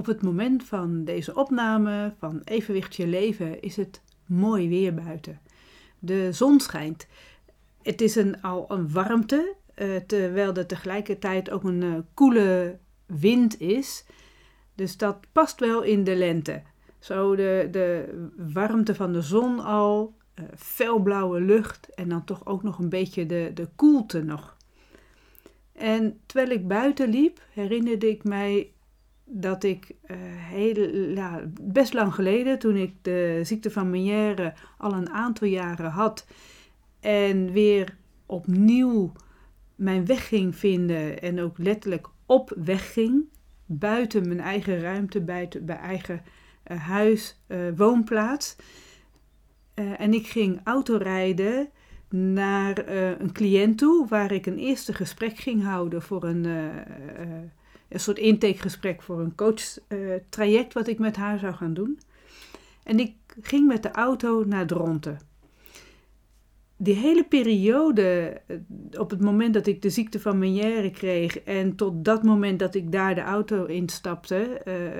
Op het moment van deze opname van Evenwicht je leven is het mooi weer buiten. De zon schijnt. Het is al een warmte, terwijl er tegelijkertijd ook een koele wind is. Dus dat past wel in de lente. Zo de warmte van de zon al, felblauwe lucht en dan toch ook nog een beetje de koelte nog. En terwijl ik buiten liep, herinnerde ik mij dat ik best lang geleden, toen ik de ziekte van Meniere al een aantal jaren had en weer opnieuw mijn weg ging vinden en ook letterlijk op weg ging, buiten mijn eigen ruimte, bij eigen huis, woonplaats. En ik ging autorijden naar een cliënt toe, waar ik een eerste gesprek ging houden voor een soort intakegesprek voor een coachtraject wat ik met haar zou gaan doen. En ik ging met de auto naar Dronten. Die hele periode, op het moment dat ik de ziekte van Meniere kreeg en tot dat moment dat ik daar de auto instapte,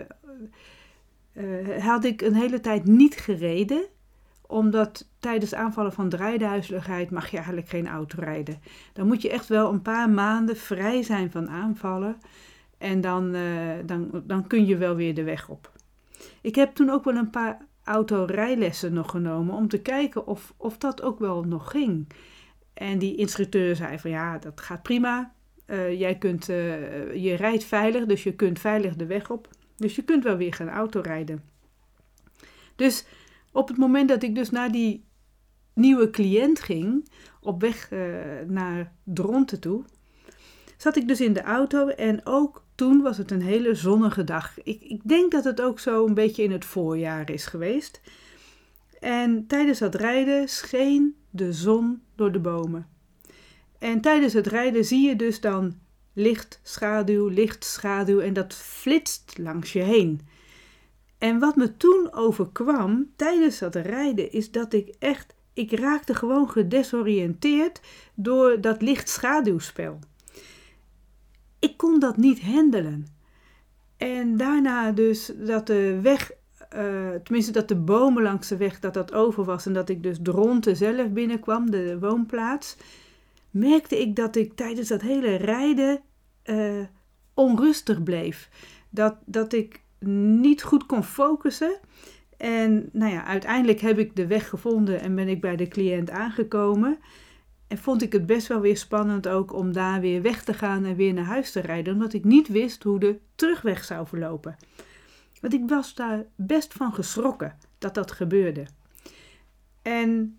had ik een hele tijd niet gereden. Omdat tijdens aanvallen van draaiduizeligheid mag je eigenlijk geen auto rijden. Dan moet je echt wel een paar maanden vrij zijn van aanvallen. En dan kun je wel weer de weg op. Ik heb toen ook wel een paar autorijlessen nog genomen om te kijken of dat ook wel nog ging. En die instructeur zei van ja, dat gaat prima. Je rijdt veilig, dus je kunt veilig de weg op. Dus je kunt wel weer gaan autorijden. Dus op het moment dat ik dus naar die nieuwe cliënt ging, op weg naar Dronten toe, zat ik dus in de auto en ook toen was het een hele zonnige dag. Ik denk dat het ook zo een beetje in het voorjaar is geweest. En tijdens dat rijden scheen de zon door de bomen. En tijdens het rijden zie je dus dan licht, schaduw en dat flitst langs je heen. En wat me toen overkwam tijdens dat rijden is dat ik raakte gewoon gedesoriënteerd door dat licht-schaduwspel. Ik kon dat niet handelen. En daarna dus dat de weg, tenminste dat de bomen langs de weg, dat over was en dat ik dus Dronten zelf binnenkwam, de woonplaats, merkte ik dat ik tijdens dat hele rijden onrustig bleef. Dat ik niet goed kon focussen. En uiteindelijk heb ik de weg gevonden en ben ik bij de cliënt aangekomen. En vond ik het best wel weer spannend ook om daar weer weg te gaan en weer naar huis te rijden. Omdat ik niet wist hoe de terugweg zou verlopen. Want ik was daar best van geschrokken dat gebeurde. En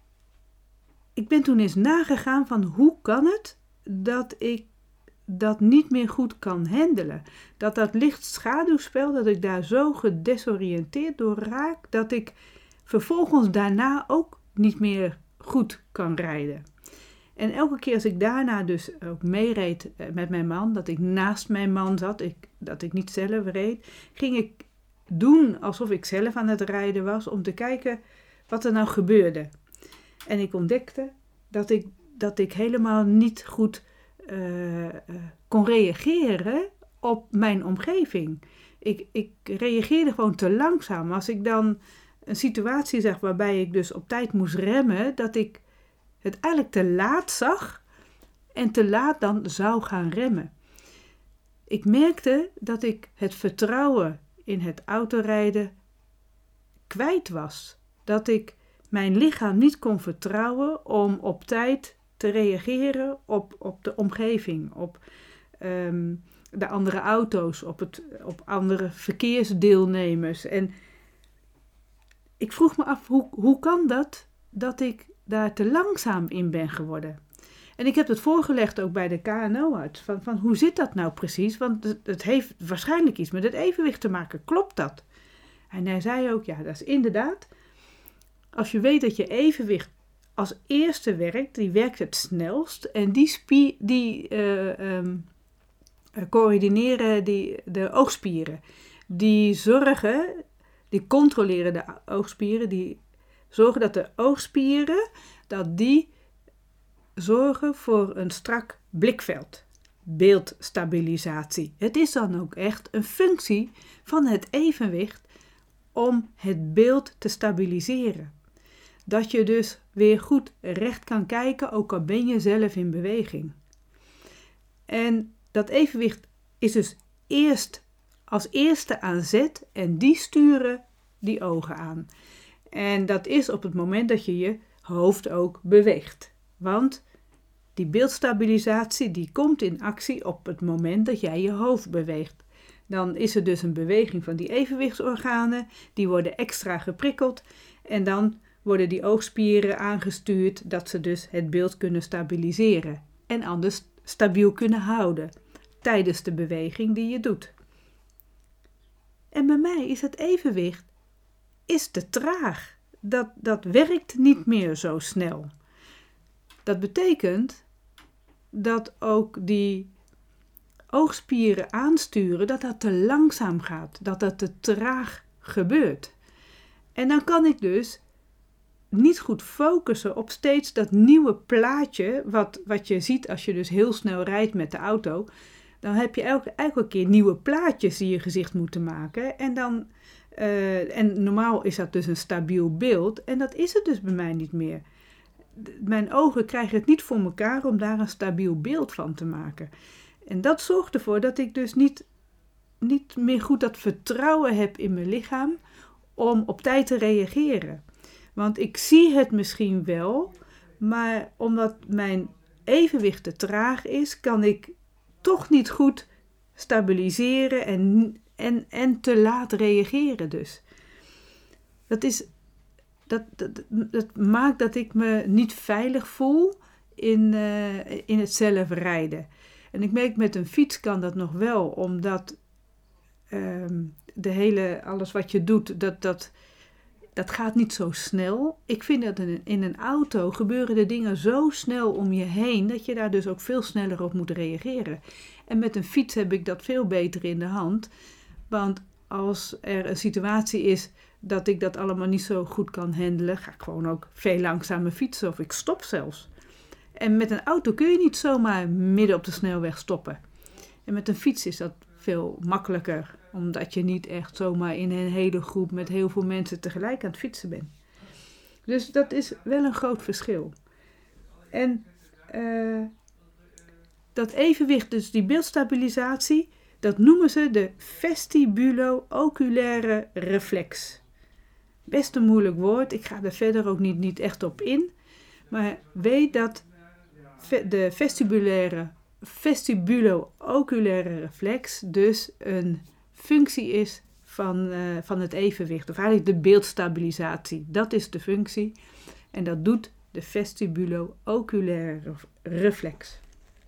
ik ben toen eens nagegaan van hoe kan het dat ik dat niet meer goed kan handelen. Dat licht-schaduwspel, dat ik daar zo gedesoriënteerd door raak, dat ik vervolgens daarna ook niet meer goed kan rijden. En elke keer als ik daarna dus ook meereed met mijn man, dat ik naast mijn man zat, dat ik niet zelf reed, ging ik doen alsof ik zelf aan het rijden was, om te kijken wat er nou gebeurde. En ik ontdekte dat ik helemaal niet goed kon reageren op mijn omgeving. Ik reageerde gewoon te langzaam. Als ik dan een situatie zag waarbij ik dus op tijd moest remmen, dat ik het eigenlijk te laat zag en te laat dan zou gaan remmen. Ik merkte dat ik het vertrouwen in het autorijden kwijt was. Dat ik mijn lichaam niet kon vertrouwen om op tijd te reageren op de omgeving, op de andere auto's, op andere verkeersdeelnemers. En ik vroeg me af, hoe kan dat ik daar te langzaam in ben geworden? En ik heb het voorgelegd ook bij de KNO-arts, van hoe zit dat nou precies? Want het heeft waarschijnlijk iets met het evenwicht te maken. Klopt dat? En hij zei ook, ja, dat is inderdaad. Als je weet dat je evenwicht als eerste werkt, die werkt het snelst. En die coördineren de oogspieren. Die controleren de oogspieren. Die zorgen dat de oogspieren, dat die zorgen voor een strak blikveld. beeldstabilisatie. Het is dan ook echt een functie van het evenwicht om het beeld te stabiliseren. Dat je dus weer goed recht kan kijken, ook al ben je zelf in beweging. En dat evenwicht is dus als eerste aan zet en die sturen die ogen aan. En dat is op het moment dat je je hoofd ook beweegt. Want die beeldstabilisatie die komt in actie op het moment dat jij je hoofd beweegt. Dan is er dus een beweging van die evenwichtsorganen, die worden extra geprikkeld en dan worden die oogspieren aangestuurd dat ze dus het beeld kunnen stabiliseren en anders stabiel kunnen houden tijdens de beweging die je doet. En bij mij is het evenwicht te traag. Dat werkt niet meer zo snel. Dat betekent dat ook die oogspieren aansturen, dat te langzaam gaat, dat te traag gebeurt. En dan kan ik dus niet goed focussen op steeds dat nieuwe plaatje, wat je ziet als je dus heel snel rijdt met de auto. Dan heb je elke keer nieuwe plaatjes die je gezicht moeten maken. En normaal is dat dus een stabiel beeld. En dat is het dus bij mij niet meer. Mijn ogen krijgen het niet voor elkaar om daar een stabiel beeld van te maken. En dat zorgt ervoor dat ik dus niet meer goed dat vertrouwen heb in mijn lichaam om op tijd te reageren. Want ik zie het misschien wel, maar omdat mijn evenwicht te traag is, kan ik toch niet goed stabiliseren en te laat reageren dus. Dat maakt dat ik me niet veilig voel in het zelf rijden. En ik merk met een fiets kan dat nog wel, omdat alles wat je doet, dat gaat niet zo snel. Ik vind dat in een auto gebeuren de dingen zo snel om je heen, dat je daar dus ook veel sneller op moet reageren. En met een fiets heb ik dat veel beter in de hand. Want als er een situatie is dat ik dat allemaal niet zo goed kan handelen, ga ik gewoon ook veel langzamer fietsen of ik stop zelfs. En met een auto kun je niet zomaar midden op de snelweg stoppen. En met een fiets is dat veel makkelijker, omdat je niet echt zomaar in een hele groep met heel veel mensen tegelijk aan het fietsen bent. Dus dat is wel een groot verschil. En dat evenwicht, dus die beeldstabilisatie, dat noemen ze de vestibulo-oculaire reflex. Best een moeilijk woord, ik ga er verder ook niet echt op in. Maar weet dat de vestibulo-oculaire reflex dus een functie is van het evenwicht. Of eigenlijk de beeldstabilisatie. Dat is de functie. En dat doet de vestibulo-oculaire reflex.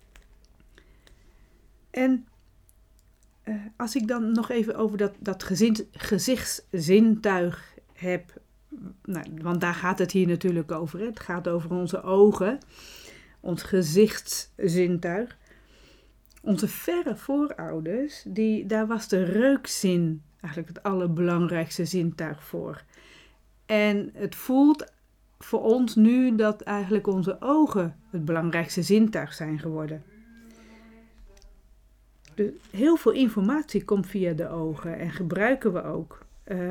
En als ik dan nog even over dat gezichtszintuig heb. Nou, want daar gaat het hier natuurlijk over. Hè? Het gaat over onze ogen. Ons gezichtszintuig. Onze verre voorouders, daar was de reukzin eigenlijk het allerbelangrijkste zintuig voor. En het voelt voor ons nu dat eigenlijk onze ogen het belangrijkste zintuig zijn geworden. Dus heel veel informatie komt via de ogen en gebruiken we ook.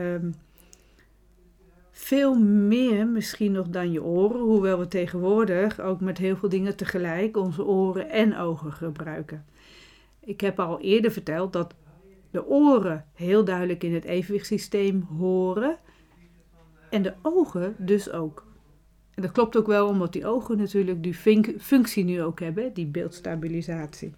Veel meer misschien nog dan je oren, hoewel we tegenwoordig ook met heel veel dingen tegelijk onze oren en ogen gebruiken. Ik heb al eerder verteld dat de oren heel duidelijk in het evenwichtssysteem horen en de ogen dus ook. En dat klopt ook wel omdat die ogen natuurlijk die functie nu ook hebben, die beeldstabilisatie.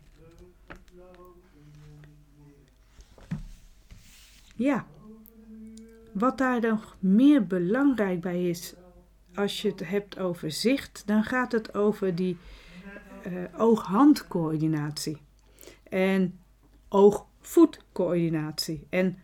Ja, wat daar nog meer belangrijk bij is, als je het hebt over zicht, dan gaat het over die oog-handcoördinatie. En oog-voetcoördinatie. En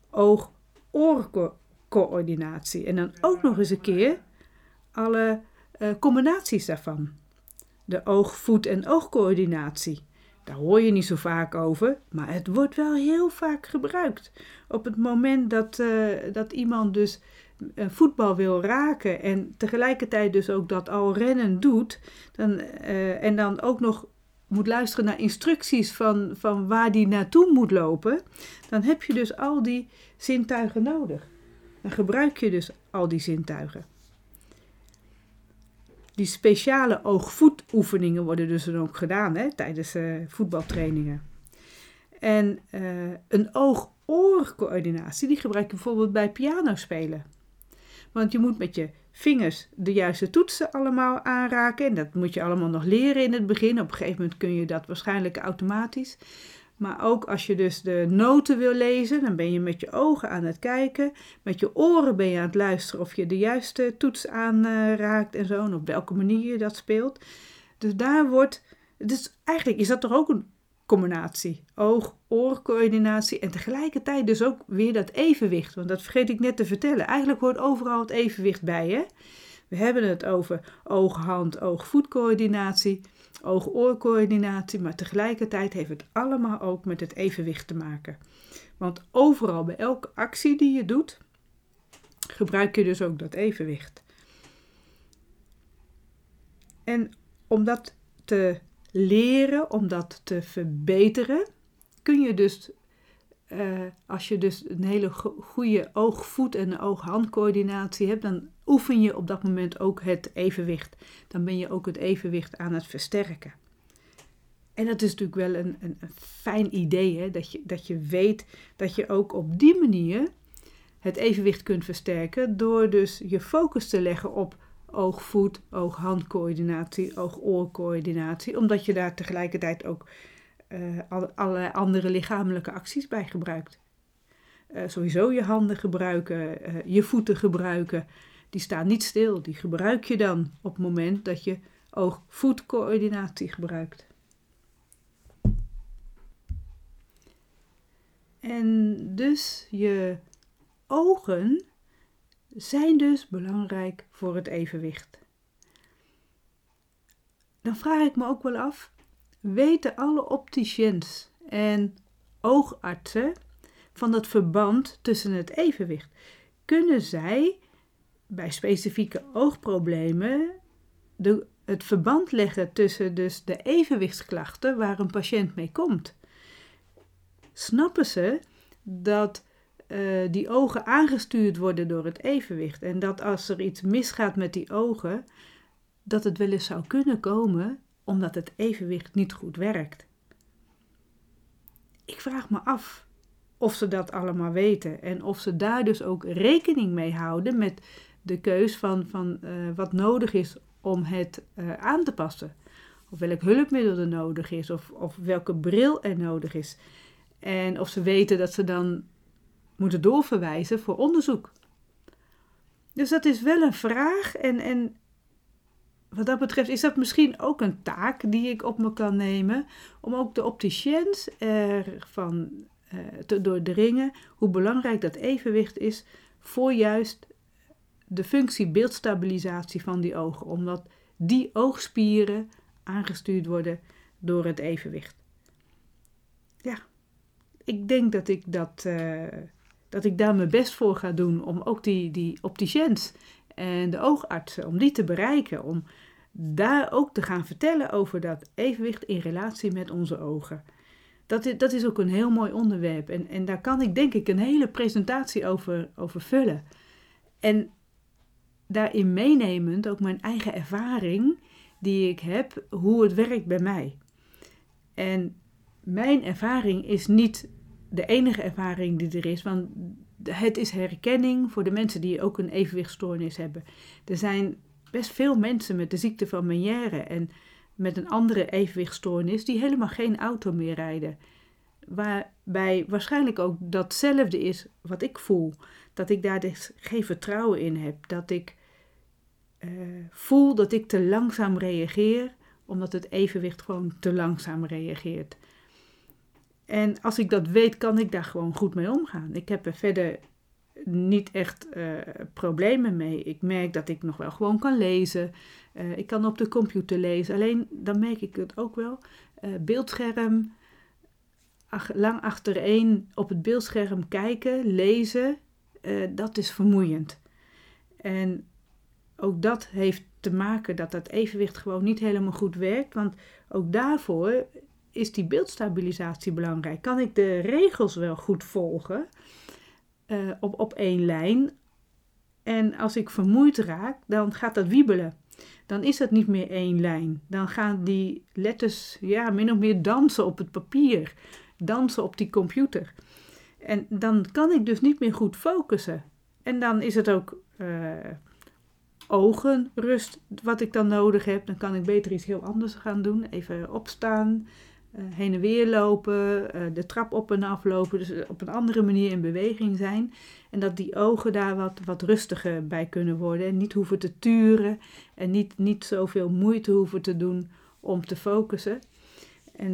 oog-oorcoördinatie. En dan ook nog eens een keer alle combinaties daarvan. De oog-voet- en oogcoördinatie. Daar hoor je niet zo vaak over, maar het wordt wel heel vaak gebruikt. Op het moment dat iemand dus een voetbal wil raken en tegelijkertijd dus ook dat al rennen doet, en dan ook nog moet luisteren naar instructies van waar die naartoe moet lopen, dan heb je dus al die zintuigen nodig. Dan gebruik je dus al die zintuigen. Die speciale oog-voetoefeningen worden dus dan ook gedaan tijdens voetbaltrainingen. En een oog-oorcoördinatie, die gebruik je bijvoorbeeld bij pianospelen. Want je moet met je vingers de juiste toetsen allemaal aanraken. En dat moet je allemaal nog leren in het begin. Op een gegeven moment kun je dat waarschijnlijk automatisch. Maar ook als je dus de noten wil lezen, dan ben je met je ogen aan het kijken. Met je oren ben je aan het luisteren of je de juiste toets aanraakt en zo. En op welke manier je dat speelt. Dus eigenlijk is dat toch ook een combinatie. Oog-oorcoördinatie en tegelijkertijd dus ook weer dat evenwicht. Want dat vergeet ik net te vertellen. Eigenlijk hoort overal het evenwicht bij. Hè? We hebben het over oog-hand, oog-voetcoördinatie, oog-oorcoördinatie. Maar tegelijkertijd heeft het allemaal ook met het evenwicht te maken. Want overal bij elke actie die je doet, gebruik je dus ook dat evenwicht. En om dat te leren, om dat te verbeteren, kun je dus, als je dus een hele goede oog-voet- en oog-handcoördinatie hebt, dan oefen je op dat moment ook het evenwicht. Dan ben je ook het evenwicht aan het versterken. En dat is natuurlijk wel een fijn idee, hè? Dat je weet dat je ook op die manier het evenwicht kunt versterken door dus je focus te leggen op oog-voet, oog-handcoördinatie, oog-oorcoördinatie, omdat je daar tegelijkertijd ook allerlei andere lichamelijke acties bij gebruikt. Sowieso je handen gebruiken, je voeten gebruiken, die staan niet stil, die gebruik je dan op het moment dat je oog-voetcoördinatie gebruikt. En dus je ogen zijn dus belangrijk voor het evenwicht. Dan vraag ik me ook wel af, weten alle opticiëns en oogartsen van dat verband tussen het evenwicht? Kunnen zij bij specifieke oogproblemen het verband leggen tussen dus de evenwichtsklachten waar een patiënt mee komt? Snappen ze dat die ogen aangestuurd worden door het evenwicht en dat als er iets misgaat met die ogen, dat het wel eens zou kunnen komen omdat het evenwicht niet goed werkt? Ik vraag me af of ze dat allemaal weten en of ze daar dus ook rekening mee houden met de keus van wat nodig is om het aan te passen. Of welk hulpmiddel er nodig is of welke bril er nodig is. En of ze weten dat ze dan moeten doorverwijzen voor onderzoek. Dus dat is wel een vraag en wat dat betreft is dat misschien ook een taak die ik op me kan nemen om ook de opticiëns ervan te doordringen hoe belangrijk dat evenwicht is voor juist de functie beeldstabilisatie van die ogen. Omdat die oogspieren aangestuurd worden door het evenwicht. Ja, ik denk dat ik daar mijn best voor ga doen om ook die opticiëns en de oogartsen, om die te bereiken. Om daar ook te gaan vertellen over dat evenwicht in relatie met onze ogen. Dat is ook een heel mooi onderwerp. En daar kan ik denk ik een hele presentatie over vullen. En daarin meenemend ook mijn eigen ervaring die ik heb, hoe het werkt bij mij. En mijn ervaring is niet de enige ervaring die er is, want het is herkenning voor de mensen die ook een evenwichtstoornis hebben. Er zijn best veel mensen met de ziekte van Meniere en met een andere evenwichtstoornis die helemaal geen auto meer rijden. Waarbij waarschijnlijk ook datzelfde is wat ik voel. Dat ik daar dus geen vertrouwen in heb. Dat ik voel dat ik te langzaam reageer, omdat het evenwicht gewoon te langzaam reageert. En als ik dat weet, kan ik daar gewoon goed mee omgaan. Ik heb er verder niet echt problemen mee. Ik merk dat ik nog wel gewoon kan lezen. Ik kan op de computer lezen. Alleen dan merk ik het ook wel. Beeldscherm, lang achtereen op het beeldscherm kijken, lezen, dat is vermoeiend. En ook dat heeft te maken dat dat evenwicht gewoon niet helemaal goed werkt. Want ook daarvoor is die beeldstabilisatie belangrijk. Kan ik de regels wel goed volgen op één lijn? En als ik vermoeid raak, dan gaat dat wiebelen. Dan is het niet meer één lijn. Dan gaan die letters min of meer dansen op het papier. Dansen op die computer. En dan kan ik dus niet meer goed focussen. En dan is het ook ogenrust wat ik dan nodig heb. Dan kan ik beter iets heel anders gaan doen. Even opstaan, heen en weer lopen, de trap op en af lopen. Dus op een andere manier in beweging zijn. En dat die ogen daar wat rustiger bij kunnen worden. En niet hoeven te turen. En niet zoveel moeite hoeven te doen om te focussen. En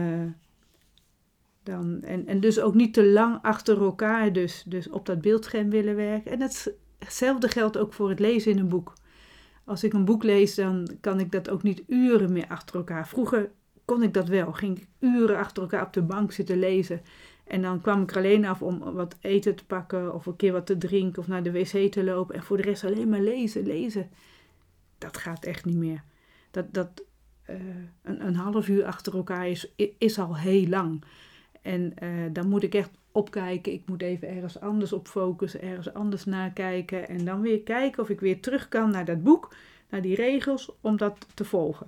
en dus ook niet te lang achter elkaar dus op dat beeldscherm willen werken. En hetzelfde geldt ook voor het lezen in een boek. Als ik een boek lees, dan kan ik dat ook niet uren meer achter elkaar. Vroeger kon ik dat wel. Ging ik uren achter elkaar op de bank zitten lezen. En dan kwam ik er alleen af om wat eten te pakken of een keer wat te drinken of naar de wc te lopen. En voor de rest alleen maar lezen. Dat gaat echt niet meer. Een half uur achter elkaar is al heel lang. En dan moet ik echt opkijken. Ik moet even ergens anders op focussen, ergens anders nakijken. En dan weer kijken of ik weer terug kan naar dat boek, naar die regels, om dat te volgen.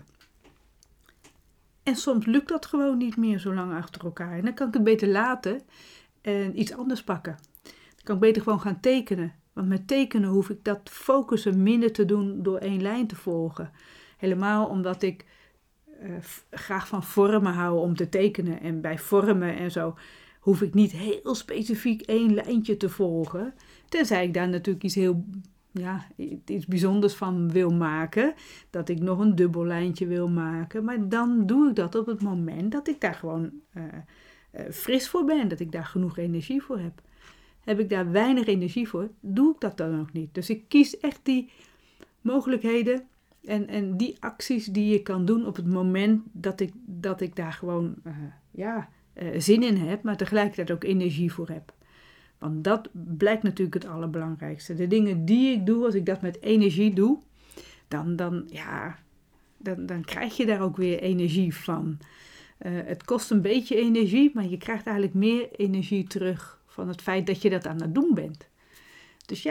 En soms lukt dat gewoon niet meer zo lang achter elkaar. En dan kan ik het beter laten en iets anders pakken. Dan kan ik beter gewoon gaan tekenen. Want met tekenen hoef ik dat focussen minder te doen door één lijn te volgen. Helemaal omdat ik graag van vormen hou om te tekenen. En bij vormen en zo hoef ik niet heel specifiek één lijntje te volgen. Tenzij ik daar natuurlijk iets bijzonders van wil maken. Dat ik nog een dubbel lijntje wil maken. Maar dan doe ik dat op het moment dat ik daar gewoon fris voor ben. Dat ik daar genoeg energie voor heb. Heb ik daar weinig energie voor, doe ik dat dan ook niet. Dus ik kies echt die mogelijkheden en die acties die je kan doen op het moment dat ik daar gewoon zin in heb, maar tegelijkertijd ook energie voor heb. Want dat blijkt natuurlijk het allerbelangrijkste. De dingen die ik doe, als ik dat met energie doe, dan krijg je daar ook weer energie van. Het kost een beetje energie, maar je krijgt eigenlijk meer energie terug van het feit dat je dat aan het doen bent. Dus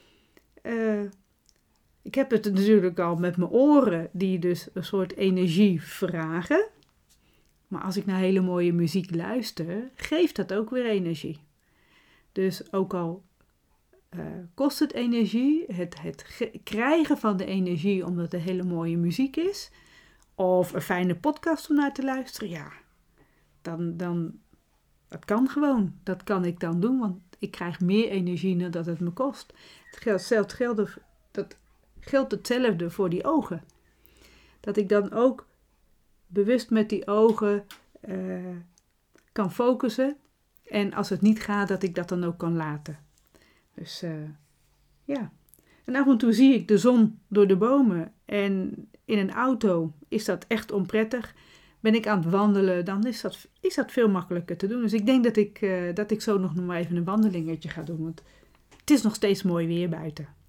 ik heb het natuurlijk al met mijn oren, die dus een soort energie vragen. Maar als ik naar hele mooie muziek luister, geeft dat ook weer energie. Dus ook al kost het energie, het krijgen van de energie omdat er hele mooie muziek is, of een fijne podcast om naar te luisteren, dan dat kan gewoon. Dat kan ik dan doen, want ik krijg meer energie dan dat het me kost. Dat geldt hetzelfde voor die ogen. Dat ik dan ook bewust met die ogen kan focussen. En als het niet gaat, dat ik dat dan ook kan laten. Dus En af en toe zie ik de zon door de bomen. En in een auto is dat echt onprettig. Ben ik aan het wandelen, dan is dat veel makkelijker te doen. Dus ik denk dat ik zo nog maar even een wandelingetje ga doen. Want het is nog steeds mooi weer buiten.